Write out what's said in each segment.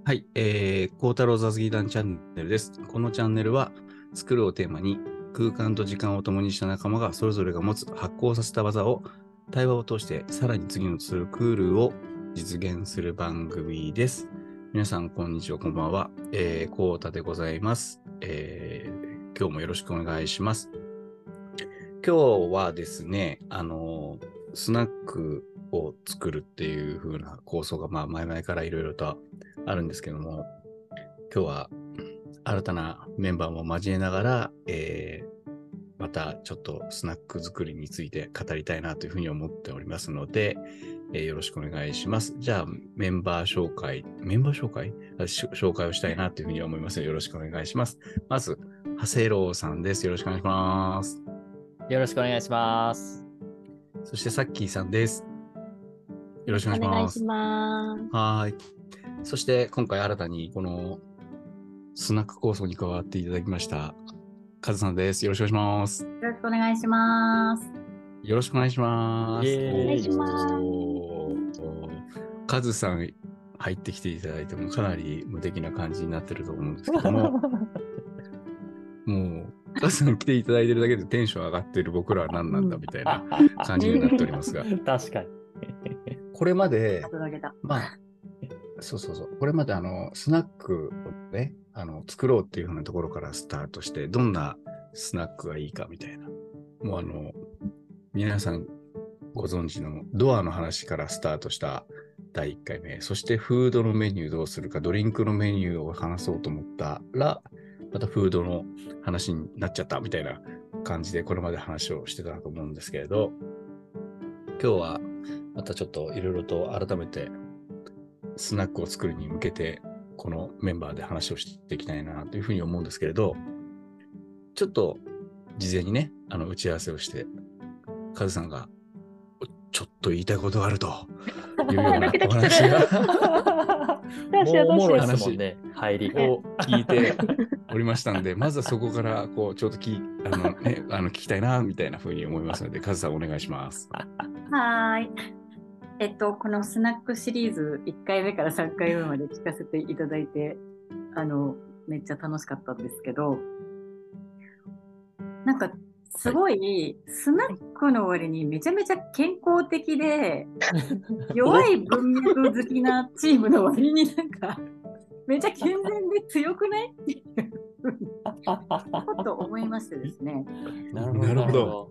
はい、孝太郎雑技団チャンネルです。このチャンネルは、作るをテーマに、空間と時間を共にした仲間がそれぞれが持つ発酵させた技を、対話を通してさらに次のツールクールを実現する番組です。皆さん、こんにちは、こんばんは。孝太でございます、今日もよろしくお願いします。今日はですね、スナックを作るっていう風な構想が、前々からいろいろとあるんですけども、今日は新たなメンバーも交えながら、またちょっとスナック作りについて語りたいなというふうに思っておりますので、よろしくお願いします。じゃあ、メンバー紹介をしたいなというふうに思いますので、よろしくお願いします。まず、長谷郎さんです。よろしくお願いします。 よろしくお願いします。 そして、さっきーさんです。よろしくお願いします。 お願いします。 はい。そして、今回新たにこのスナック構想に加わっていただきました、カズさんです。よろしくお願いします。 よろしくお願いします。 よろしくお願いします。 お願いします。 カズさん入ってきていただいてもかなり無敵な感じになってると思うんですけども、もうカズさん来ていただいてるだけでテンション上がってる僕らは何なんだみたいな感じになっておりますが、 確かに。 これまで、これまでスナックをね、作ろうっていう風なところからスタートして、どんなスナックがいいかみたいな。もう皆さんご存知のドアの話からスタートした第1回目、そしてフードのメニューどうするか、ドリンクのメニューを話そうと思ったら、またフードの話になっちゃったみたいな感じで、これまで話をしてたと思うんですけれど、今日はまたちょっといろいろと改めてスナックを作るに向けて、このメンバーで話をしていきたいなというふうに思うんですけれど、ちょっと事前にね、打ち合わせをして、カズさんが、ちょっと言いたいことがあるというようなお話が、 もうおもろいですもんね、入りを聞いておりましたので、まずはそこからこうちょっと聞きたいなみたいなふうに思いますので、カズさんお願いします。 はい。このスナックシリーズ1回目から3回目まで聞かせていただいて、めっちゃ楽しかったんですけど、なんかすごい、スナックの割にめちゃめちゃ健康的で、弱い文脈好きなチームの割になんか、めっちゃ健全で強くないっていうことを思いましてですね。 なるほど。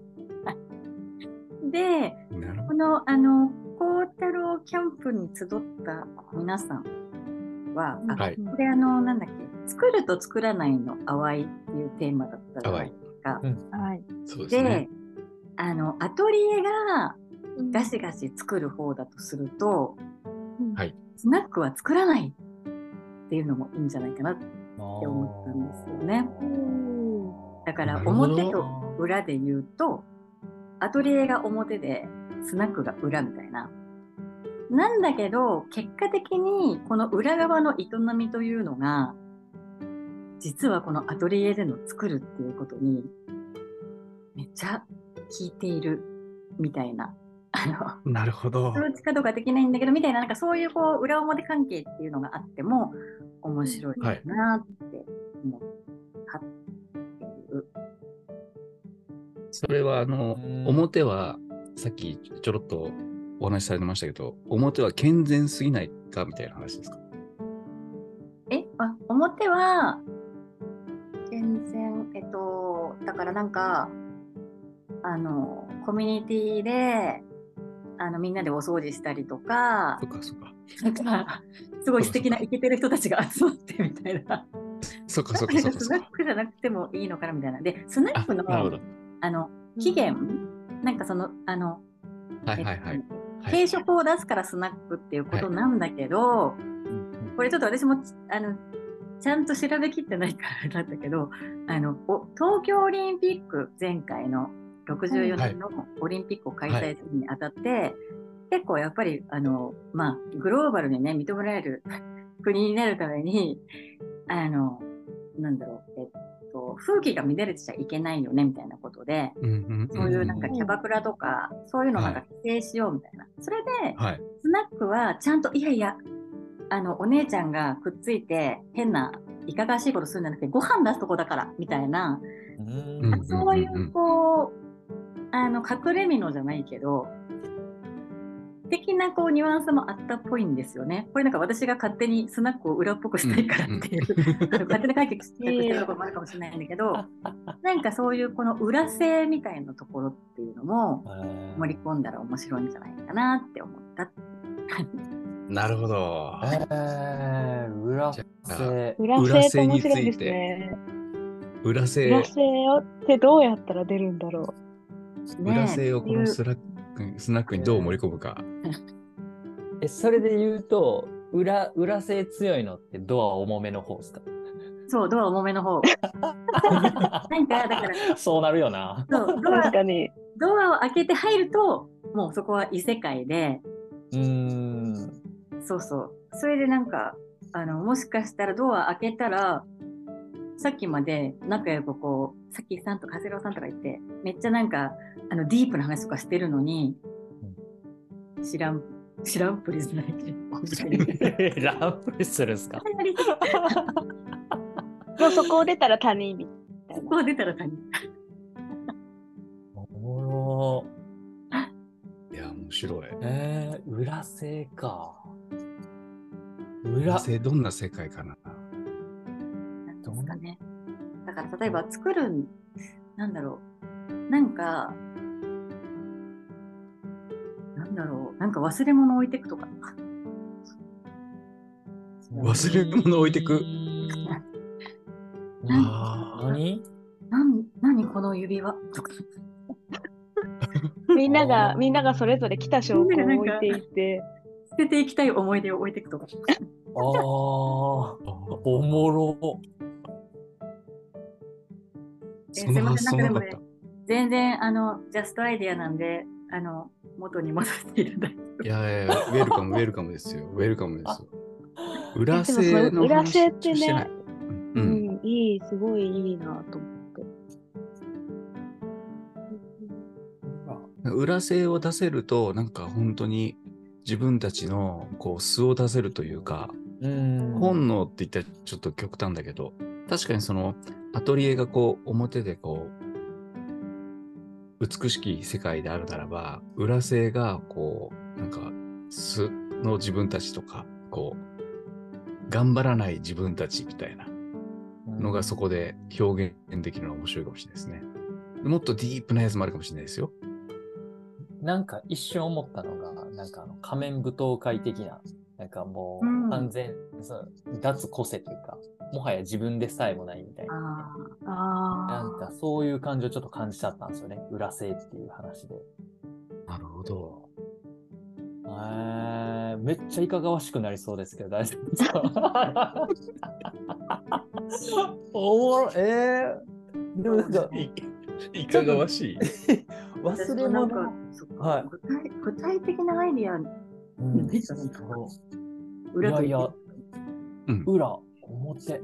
で、この孝太郎キャンプに集った皆さんは、これなんだっけ、作ると作らないの淡いっていうテーマだったじゃないですか。 そうですね。 で、アトリエがガシガシ作る方だとすると、スナックは作らないっていうのもいいんじゃないかなって思ったんですよね。だから表と裏で言うと、アトリエが表でスナックが裏みたいな。なんだけど結果的にこの裏側の営みというのが実はこのアトリエでの作るっていうことにめっちゃ効いているみたいな。 なるほど。 そのかどうかできないんだけどみたいな、なんかそういうこう裏表関係っていうのがあっても面白いなって思ったっていう。 それは表はさっきちょろっとお話しされてましたけど、表は健全すぎないかみたいな話ですか？ 表は健全、だからなんかコミュニティでみんなでお掃除したりとか、なんかすごい素敵なイケてる人たちが集まってみたいな。スナックじゃなくてもいいのかなみたいな。で、スナックの期限、なんかその軽食を出すからスナックっていうことなんだけど、これちょっと私もちゃんと調べきってないからなんだけど、東京オリンピック前回の64年のオリンピックを開催するにあたって、結構やっぱりグローバルにね認められる国になるためになんだろう、風紀が乱れちゃいけないよねみたいなことで、そういうなんかキャバクラとかそういうのなんか規制しようみたいな。それで、スナックはちゃんといやいやお姉ちゃんがくっついて変ないかがわしいことするんじゃなくてご飯出すとこだからみたいな、そういうこう隠れ蓑じゃないけど的なこうニュアンスもあったっぽいんですよね。これなんか私が勝手にスナックを裏っぽくしたいからっていう、勝手な解決してるところもあるかもしれないんだけど、なんかそういうこの裏性みたいなところっていうのも盛り込んだら面白いんじゃないかなって思った。 なるほど。 裏性。 裏性って面白いですね。 裏性ってどうやったら出るんだろう。裏性をこのスナックにどう盛り込むか。 それで言うと、裏性強いのってドア重めの方ですか？ そう、ドア重めの方。なんか、だから。 そうなるよな。 そう、 確かに。 ドアを開けて入ると、もうそこは異世界で。そうそう。それでなんか、もしかしたらドア開けたら、さっきまで仲良くこう、さっきさんとか長谷川さんとか言って、めっちゃなんか、ディープな話とかしてるのに、知らんぷりする。 知らんぷりするんすか？ もうそこを出たら他人みたいな。 そこを出たら他人。 おもろ。 いや、面白い。 裏性か。 裏性どんな世界かな。 なんですかね。だから例えば作る、なんだろう。なんか忘れ物置いてくとか。 忘れ物置いてく。 何この指輪とか。 みんながそれぞれ来た証拠を置いていて、 捨てていきたい思い出を置いていくとか。 おもろ。 その発想なかった。 全然ジャストアイディアなんで元に戻していただいて。 いやウェルカムですよ。ウェルカムですよ。裏性の裏性ってしてなねい、 すごいいいなと思って。 裏性を出せるとなんか本当に自分たちのこう素を出せるというか、本能って言ったらちょっと極端だけど、確かにそのアトリエがこう表でこう美しき世界であるならば、裏性がこうなんか素の自分たちとかこう頑張らない自分たちみたいなのがそこで表現できるのが面白いかもしれないですね。もっとディープなやつもあるかもしれないですよ。 なんか一瞬思ったのが、なんか仮面舞踏会的な、なんかもう完全、脱個性というか、もはや自分でさえもないみたいな。なんかそういう感じをちょっと感じちゃったんですよね。裏性っていう話で。 なるほど。 めっちゃいかがわしくなりそうですけど大丈夫ですか？おもろでもなんかいかがわしい。 忘れ物。 具体的なアイディア裏と裏、表、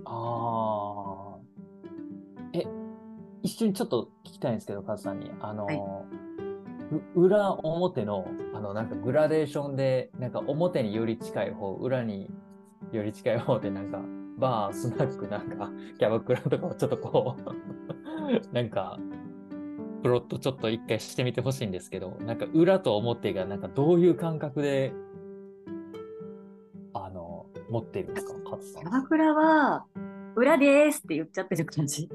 一瞬ちょっと聞きたいんですけど、カズさんに。裏表のなんかグラデーションでなんか表により近い方、裏により近い方でなんかバー、スナック、なんかキャバクラとかをちょっとこうなんかプロットちょっと一回してみてほしいんですけど、なんか裏と表がなんかどういう感覚で持ってるんですか、カズさん。 キャバクラは裏でーすって言っちゃってる感じ。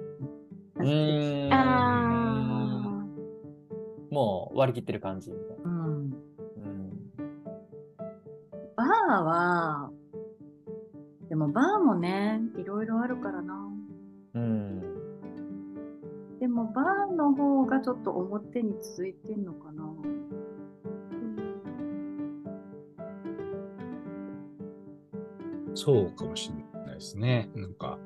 もう割り切ってる感じみたいな。 バーは、でもバーもね、いろいろあるからな。でもバーの方がちょっと表に続いてんのかな。 そうかもしれないですね。なんか。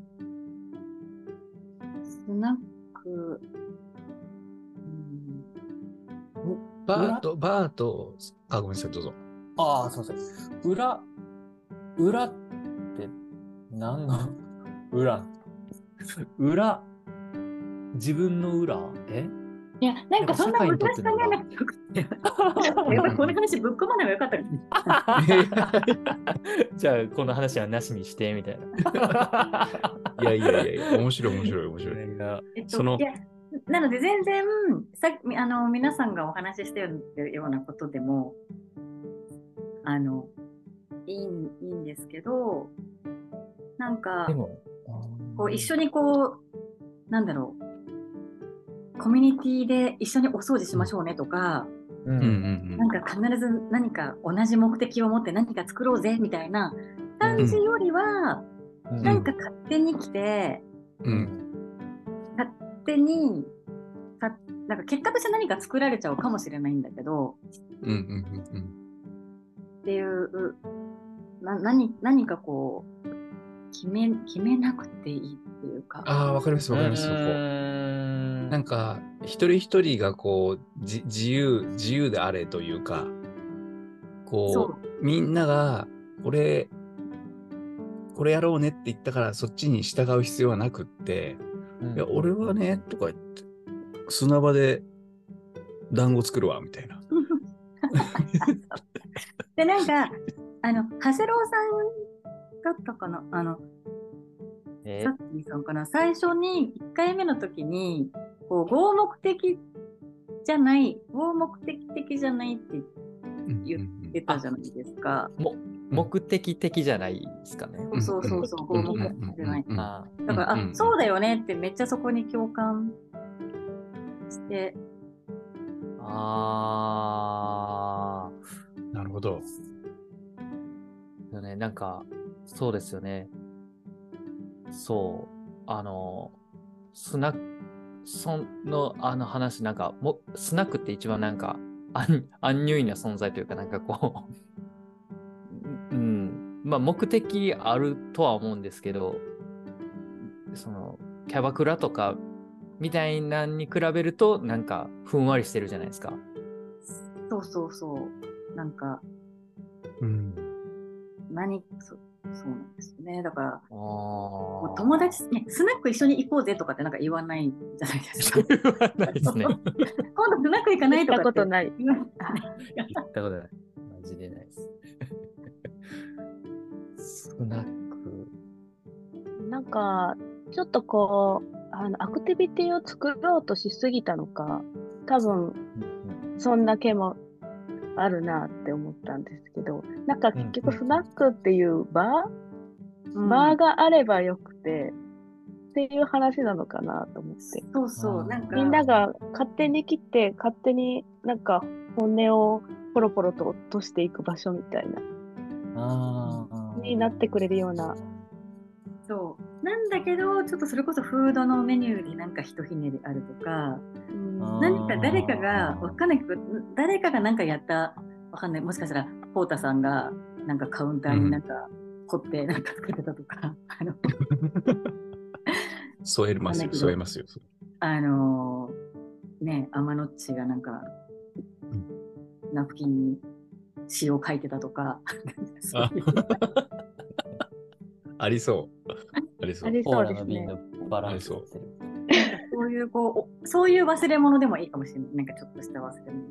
スナック、 バーと、ごめんなさい、どうぞ。 そうです。裏って何の裏自分の裏いや、なんかそんな難しく考えなくくてよくて。やっぱりこの話ぶっ込まない方がよかったかじゃあ、この話はなしにして、みたいな。 いやいやいや、面白い面白い面白い。そのいや、なので全然さ皆さんがお話ししてるようなことでもいいんですけど、なんかでもこう一緒にこうなんだろう、コミュニティで一緒にお掃除しましょうねとか、なんか必ず何か同じ目的を持って何か作ろうぜみたいな感じよりは、なんか勝手に来て、勝手になんか結果として何か作られちゃうかもしれないんだけど、っていう何かこう決めなくていいっていうか。 ああ、わかりますわかります。そこ。なんか一人一人がこう自由であれというか、こうみんながこれやろうねって言ったからそっちに従う必要はなくって、いや俺はねとか言って砂場で団子作るわみたいな。 でなんか長谷郎さんだったかな、さっきさんかな、最初に1回目の時にこう合目的じゃないって言ってたじゃないですか。 目的的じゃないですかね。 そう合目的じゃない。だからそうだよねってめっちゃそこに共感して。 なるほど。 なんかそうですよね。そうスナックの話、なんかスナックって一番なんかアンニュイな存在というか、なんかこうまあ目的あるとは思うんですけど、そのキャバクラとかみたいなに比べるとなんかふんわりしてるじゃないですか。 そうなんかそうなんですよね。だから友達ね、スナック一緒に行こうぜとかってなんか言わないじゃないですか。 言わないですね。 今度スナック行かないとかって言ったことない。 言ったことない。マジでないです。スナック。 なんか、ちょっとこう、アクティビティを作ろうとしすぎたのか、多分、そんな気もあるなって思ったんですけど、なんか結局スナックっていうバーがあればよくて、っていう話なのかなと思って。 なんかみんなが勝手に来て、勝手になんか本音をポロポロと落としていく場所みたいな、になってくれるような。 なんだけど、ちょっとそれこそフードのメニューになんかひとひねりあるとか、何か誰かが分かんないけど、誰かがなんかやった分かんない、もしかしたらポータさんがなんかカウンターになんか凝ってなんか作ってたとか、 添えますよ。 ね、アマノッチがなんかナプキンに詩を書いてたとかありそうですね。 そういう忘れ物でもいいかもしれない。なんかちょっとした忘れ物。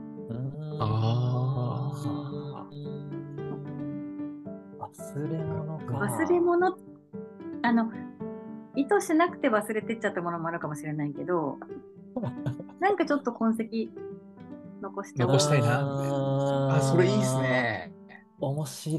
忘れ物か。 忘れ物、意図しなくて忘れてっちゃったものもあるかもしれないけど、なんかちょっと痕跡残したいな。それいいですね。 面白い。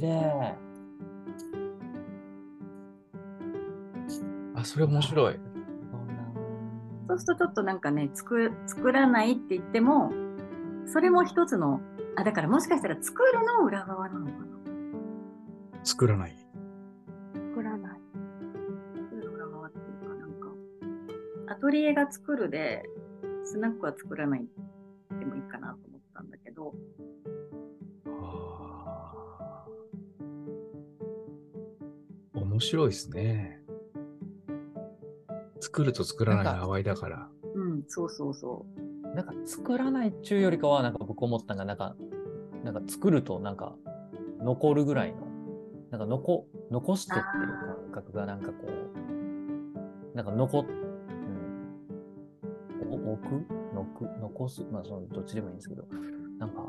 それ面白い。 そうするとちょっとなんかね、作らないって言っても、それも一つの、だからもしかしたら作るの裏側なのかな。 作らない。 作る裏側っていうか、なんか、アトリエが作るで、スナックは作らないでもいいかなと思ったんだけど。 面白いですね。作ると作らないの淡いだから。 なんか作らないっちゅうよりかは、なんか僕思ったのが、なんか作るとなんか残るぐらいの、なんか残してっていう感覚がなんかこう、なんか置く残す、まあ、どっちでもいいんですけど、なんか、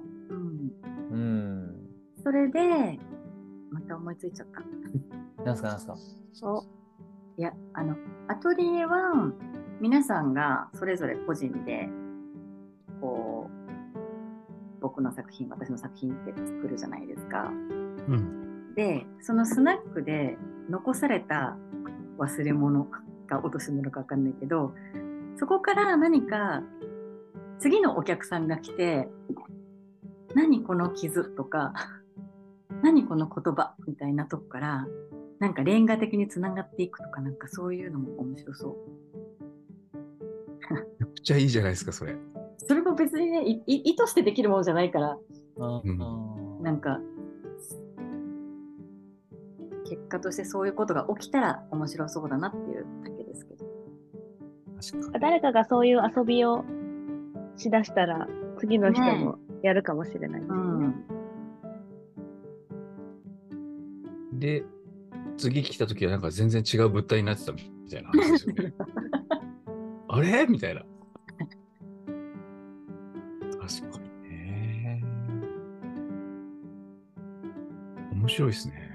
それで、また思いついちゃった。 なんすかいや、アトリエは、皆さんがそれぞれ個人で、こう、僕の作品、私の作品って作るじゃないですか。で、そのスナックで残された忘れ物か落とし物か分かんないけど、そこから何か次のお客さんが来て、何この傷とか、何この言葉みたいなとこから、なんかレンガ的につながっていくとか、なんかそういうのも面白そう。 めっちゃいいじゃないですか、それ。 それも別にね、意図してできるものじゃないから、なんか、結果としてそういうことが起きたら面白そうだなっていうだけですけど。 確かに。 誰かがそういう遊びをしだしたら、次の人もやるかもしれないですね。 で、次来た時はなんか全然違う物体になってたみたいな話ですよね。あれみたいな。確かにね。面白いですね。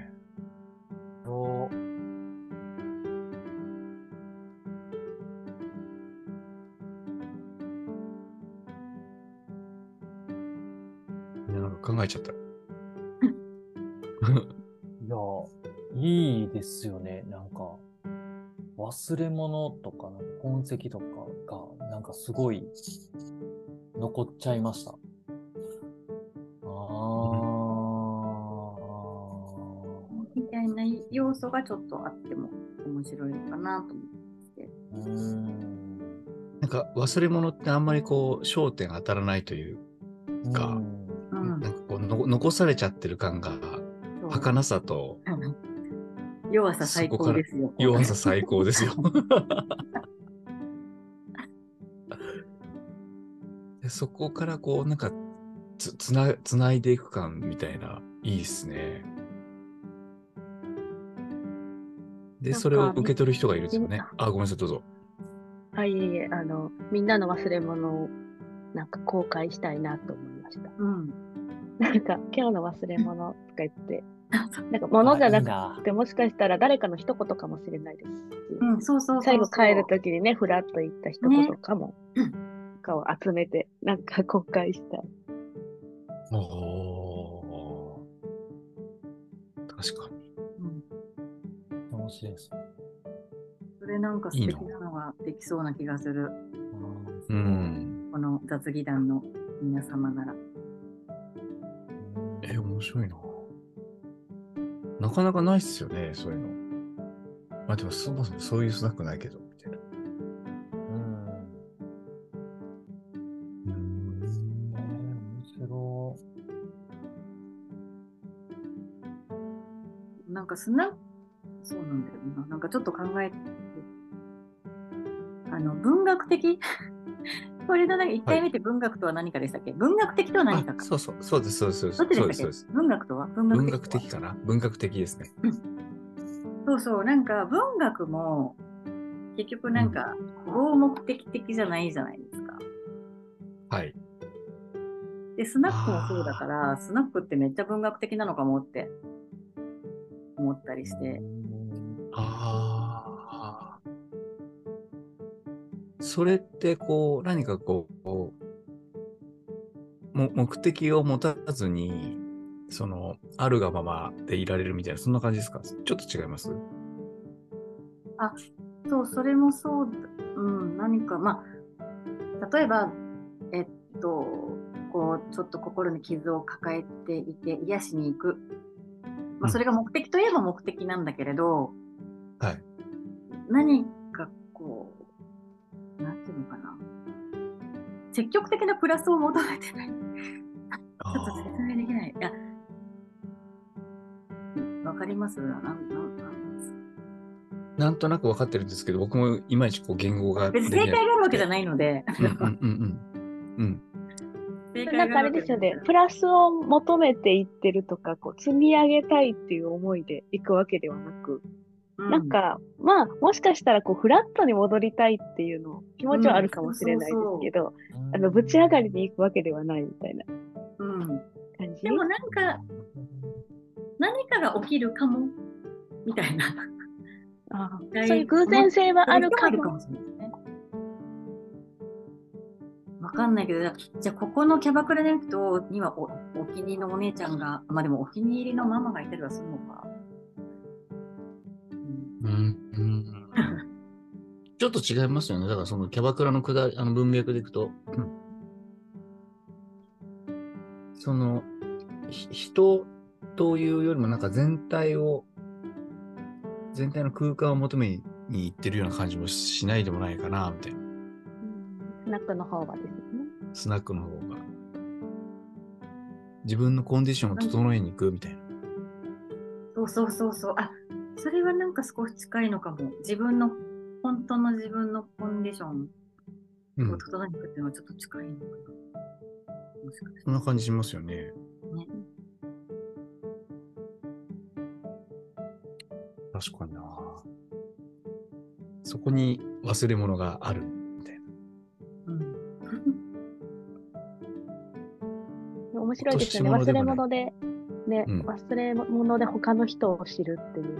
なんか考えちゃった。 いや、いいですよね。なんか、忘れ物とか、痕跡とかが、なんかすごい残っちゃいました。 みたいな要素がちょっとあっても面白いのかなと思って。 なんか忘れ物ってあんまりこう焦点当たらないというか、なんかこう残されちゃってる感が儚さと弱さ最高ですよ。 弱さ最高ですよ。でそこからこうなんかつないでいく感みたいないいですね。でそれを受け取る人がいるんですよね。あ、ごめんなさい、どうぞ。 いえ、みんなの忘れ物をなんか公開したいなと思いました。なんか今日の忘れ物とか言って、なんか物じゃなくてもしかしたら誰かの一言かもしれないですし、最後帰るときにね、ふらっと言った一言かも、かを集めてなんか公開したい。 確かに。 面白いです。 それなんか素敵なのができそうな気がする。この雑技団の皆様なら。 面白いな。なかなかないっすよね、そういうの。まあでもそもそもそういうスナックないけど、みたいな。 面白い。なんかそうなんだよな。なんかちょっと考えて、文学的これの1回目って文学とは何かでしたっけ？文学的とは何かか。 そうです。 どっちでしたっけ？文学とは文学的かな？文学的ですね。 そう、なんか文学も結局なんか合目的的じゃないじゃないですか。 はい。 で、スナックもそうだから、スナックってめっちゃ文学的なのかもって思ったりして。 それってこう何かこう目的を持たずにそのあるがままでいられるみたいなそんな感じですか？ちょっと違います？ そう、それもそう、何かまあ例えばこうちょっと心に傷を抱えていて癒しに行く、それが目的といえば目的なんだけれど、何かこうなんていうのかな、積極的なプラスを求めてない。ちょっと説明できない。いや、わかります？ なんとなく分かってるんですけど、僕もいまいちこう言語が別に正解があるわけじゃないので。 なんかあれですよね、プラスを求めていってるとか、こう積み上げたいっていう思いでいくわけではなく、 なんか、まあ、もしかしたら、こう、フラットに戻りたいっていうの、気持ちはあるかもしれないですけど、ぶち上がりに行くわけではないみたいな感じ。 でもなんか、何かが起きるかも、みたいな。 そういう偶然性はあるかも。 わかんないけど、じゃあここのキャバクラデントにはお気に入りのお姉ちゃんが、まあでもお気に入りのママがいたりはするのか。 ちょっと違いますよね。だからそのキャバクラの文脈でいくと、その人というよりもなんか全体の空間を求めに行ってるような感じもしないでもないかなみたいな。 スナックの方がですね。 スナックの方が自分のコンディションを整えに行くみたいな。 そう。あ、それはなんか少し近いのかも。本当の自分のコンディションを整えに行くっていうのはちょっと近いのかな。もしかして。 そんな感じしますよね。確かにな。そこに忘れ物があるみたいな。 面白いですよね。忘れ物で、忘れ物で他の人を知るっていう。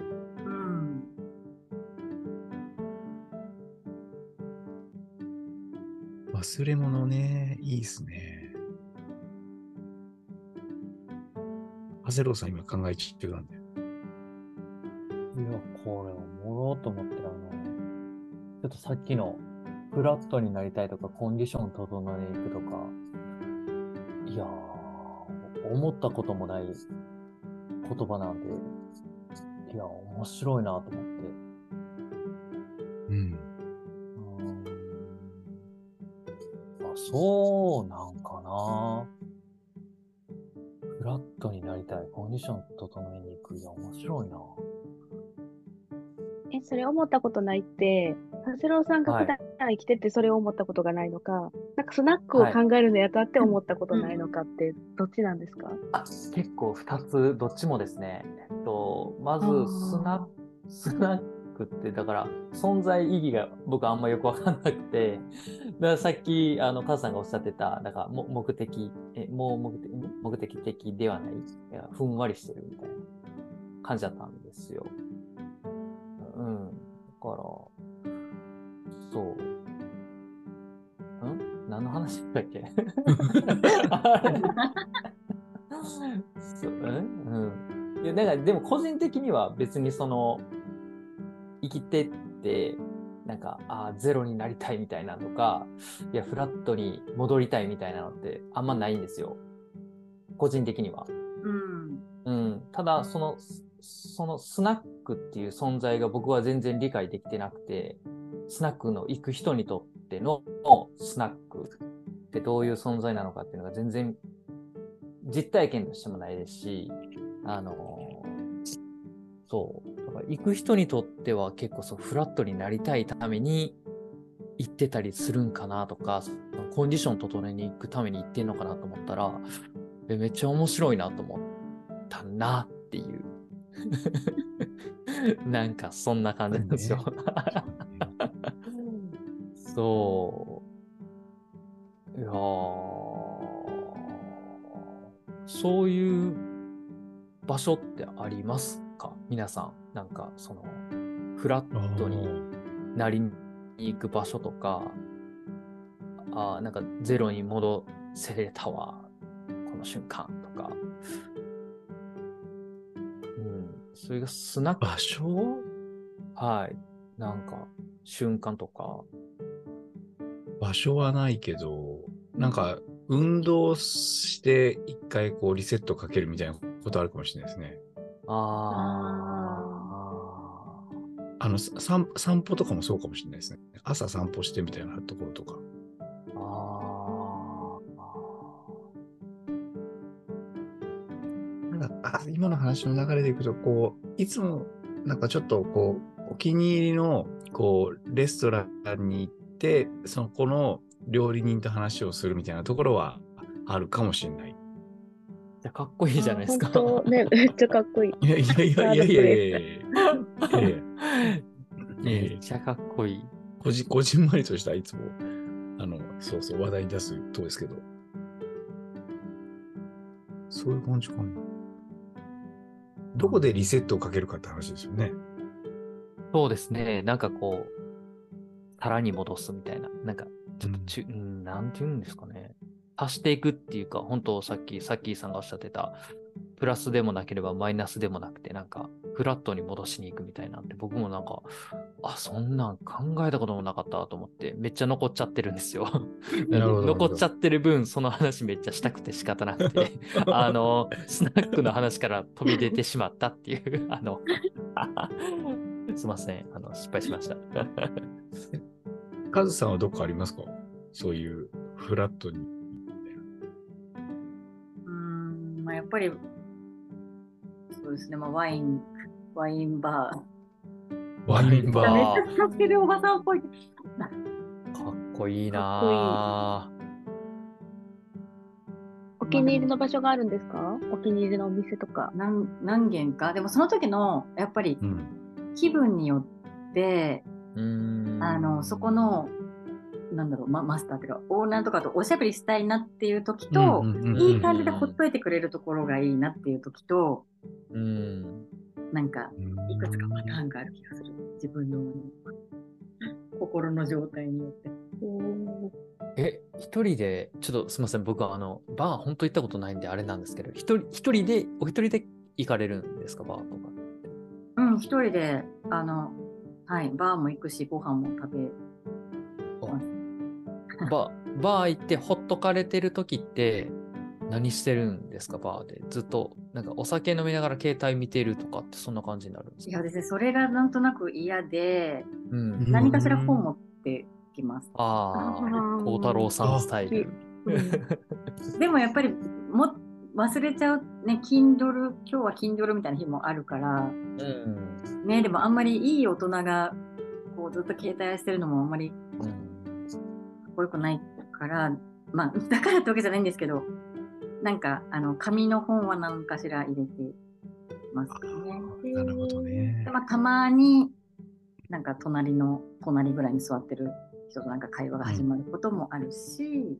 忘れ物ね、いいですね。ハセローさん今考えちゃってたんで。 いや、これを盛ろうと思ってちょっとさっきのフラットになりたいとかコンディション整えに行くとか、いやー、思ったこともない言葉なんで、いや、面白いなと思って。そうなんかな。フラットになりたい。コンディション整えに行く。いや、面白いな。 それ思ったことないって、ハセローさんが普段生きててそれを思ったことがないのか、なんかスナックを考えるのやったって思ったことないのかって、どっちなんですか？ 結構2つ、どっちもですね。まずスナックって、だから存在意義が僕あんまよくわかんなくて、だからさっきカズさんがおっしゃってた、だから目的的ではない、ふんわりしてるみたいな感じだったんですよ。だからそう。何の話だっけ？いや、だからでも個人的には別にその生きてってなんかゼロになりたいみたいなのとか、いやフラットに戻りたいみたいなのってあんまないんですよ、個人的には。ただそのスナックっていう存在が僕は全然理解できてなくて、スナックの行く人にとってのスナックってどういう存在なのかっていうのが全然実体験としてもないですし、そうだから行く人にとっては結構フラットになりたいために行ってたりするんかなとか、コンディション整えに行くために行ってんのかなと思ったら、めっちゃ面白いなと思ったなっていうなんかそんな感じなんですよ。そういやそういう場所ってありますか皆さん？なんかそのフラットになりに行く場所とか、なんかゼロに戻せれたわこの瞬間とか、それがスナック場所？ なんか瞬間とか。 場所はないけど、なんか運動して一回こうリセットかけるみたいなことあるかもしれないですね。散歩とかもそうかもしれないですね。朝散歩してみたいなところとか。今の話の流れでいくと、こういつもなんかちょっとこうお気に入りのこうレストランに行って、そのこの料理人と話をするみたいなところはあるかもしれない。 じゃかっこいいじゃないですか。 本当ね、めっちゃかっこいい。 いやいやいやいやいやいやいやいやめっちゃかっこいい。 こじんまりとしたいつも、そうそう、話題に出すとこですけど。そういう感じかな。どこでリセットをかけるかって話ですよね。 そうですね。なんかこう、皿に戻すみたいな。なんか、ちょっとなんて言うんですかね。足していくっていうか、本当さっきさんがおっしゃってた、プラスでもなければマイナスでもなくて、なんか、フラットに戻しに行くみたいなんで、僕もなんか、そんなん考えたこともなかったと思って、めっちゃ残っちゃってるんですよ。 なるほど。 残っちゃってる分、その話めっちゃしたくて仕方なくて、スナックの話から飛び出てしまったっていう、すいません、失敗しました。 カズさんはどっかありますか？そういうフラットに。 まあ、やっぱりそうですね、まあ、ワインバー。 ワインバー。 めっちゃ使ってるおばさんっぽい。 かっこいいなぁ。 お気に入りの場所があるんですか？お気に入りのお店とか。 何軒か。でもその時のやっぱり気分によって、そこのなんだろう、マスターというかオーナーとかとおしゃべりしたいなっていう時と、いい感じでほっといてくれるところがいいなっていう時と、なんかいくつかパターンがある気がする。自分の心の状態によって。 一人で、ちょっとすみません、僕はバー本当行ったことないんであれなんですけど、お一人で行かれるんですか、バーとかって。 一人で、はい、バーも行くし、ご飯も食べます。 バー行ってほっとかれてる時って何してるんですか？バーでずっとなんかお酒飲みながら携帯見てるとかってそんな感じになるんですか？ いやですね、それがなんとなく嫌で、何かしら本持ってきます。 孝太郎さんスタイル。 でもやっぱり忘れちゃうね、Kindle、今日は Kindle みたいな日もあるから、ね、でもあんまりいい大人がこうずっと携帯してるのもあんまりかっこよくないから、まあだからってわけじゃないんですけど、なんか紙の本は何かしら入れてますね。 なるほどね。 で、まあ、たまになんか隣ぐらいに座ってる人となんか会話が始まることもあるし、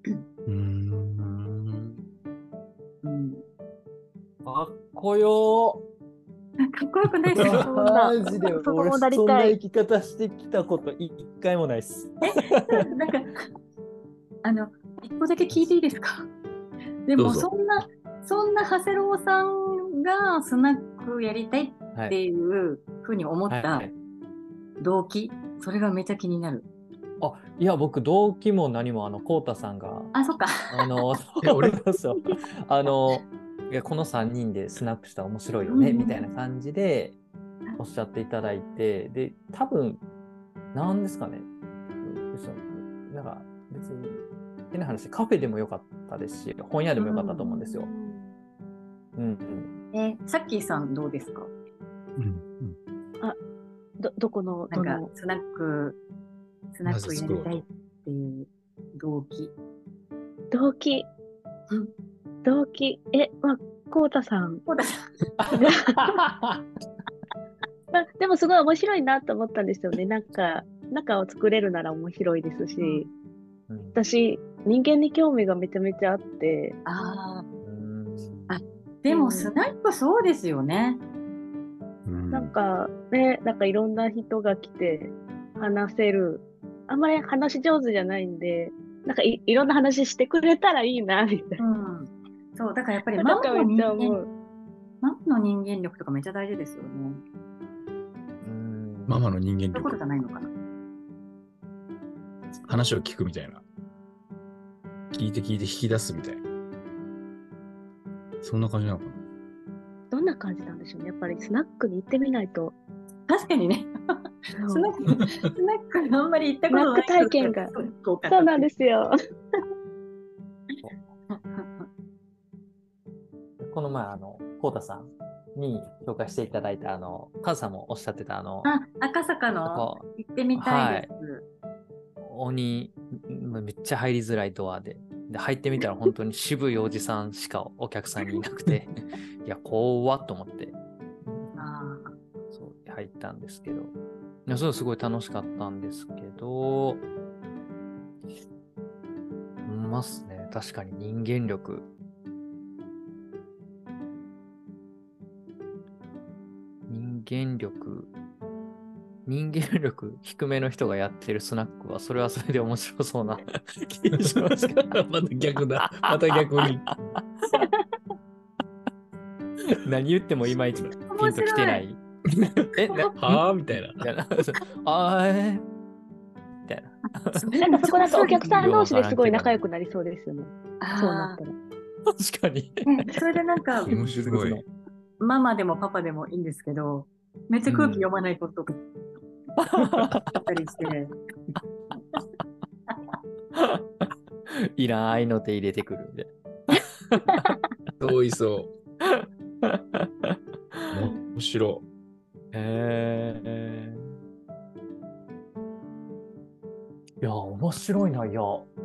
かっこよー。かっこよくないですか？ マジで俺そんな生き方してきたこと一回もないっす。 なんか一個だけ聞いていいですか？でもそんな長谷郎さんがスナックやりたいっていうふうに思った動機、それがめちゃ気になる。 いや僕動機も何もコウタさんがそっか俺そういやこの3人でスナックしたら面白いよね、みたいな感じでおっしゃっていただいて、で多分なんですかね、なんか別に変な話、カフェでもよかったですし本屋でもよかったと思うんですよ。 さっきーさんどうですか？ どこのなんかスナックやりたいっていう動機。 まあ、コウタさん。でもすごい面白いなと思ったんですよね。なんか、中を作れるなら面白いですし、私、人間に興味がめちゃめちゃあって。 でもスナックそうですよね。 なんかね、なんかいろんな人が来て話せる。あんまり話上手じゃないんで、なんかいろんな話してくれたらいいな、みたいな。 そう、だからやっぱりママの人間力とかめっちゃ大事ですよね。 ママの人間力。 そういうことじゃないのかな。 話を聞くみたいな。聞いて引き出すみたいな。そんな感じなのかな。 どんな感じなんでしょうね。やっぱりスナックに行ってみないと。 確かにね。スナックあんまり行ったことない。 スナック体験が。そうなんですよ。 この前コウタさんに紹介していただいたカズさんもおっしゃってた赤坂の行ってみたいです。 鬼めっちゃ入りづらいドアでで、入ってみたら本当に渋いおじさんしかお客さんにいなくて、いや、怖っと思って、そう入ったんですけど、いや、それすごい楽しかったんですけど、ますね。確かに人間力。人間力低めの人がやってるスナックは、それはそれで面白そうな気がしますけど。 また逆だ。また逆に。 何言ってもいまいちピンときてない。 はぁみたいな。 あーみたいな。 なんかそこだとお客さん同士ですごい仲良くなりそうですよね。そうなったら。 確かに。 それでなんか、 面白い。 ママでもパパでもいいんですけど、めっちゃ空気読まないこととか、あったりして。 いらないの手入れてくるんで。 そういそう。面白い。 いや、面白いな。いや、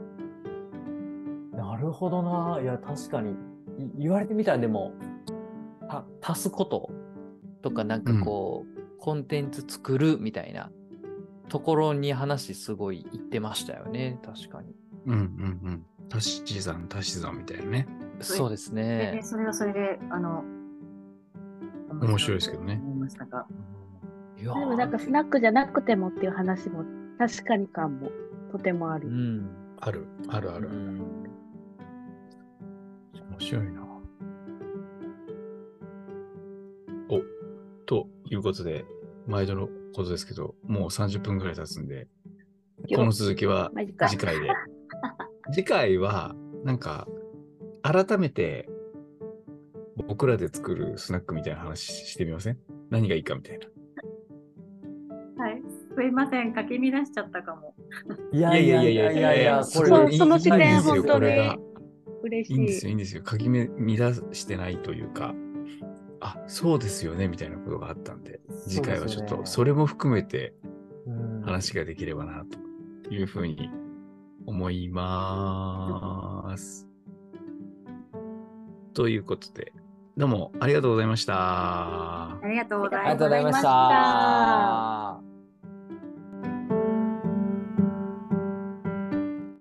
なるほどな。いや、確かに。言われてみたら、でも、足すこととか、なんかこう、コンテンツ作るみたいなところに話すごい言ってましたよね。確かに。 足し算みたいなね。 そうですね。 それはそれで、 面白いですけどね。 思いましたが。 でもなんかスナックじゃなくてもっていう話も確かに感もとてもある。 ある。面白いな。ということで、毎度のことですけど、もう30分ぐらい経つんで、この続きは次回で。次回は、なんか、改めて、僕らで作るスナックみたいな話してみません？何がいいかみたいな。 はい。すいません。かき乱しちゃったかも。 いや、 その視点本当に嬉しい。 いいんですよ。かき乱してないというか、あ、そうですよね、みたいなことがあったんで、次回はちょっと、それも含めて話ができればな、というふうに思います。ということで、どうもありがとうございました。 ありがとうございました。 ありがとうございました。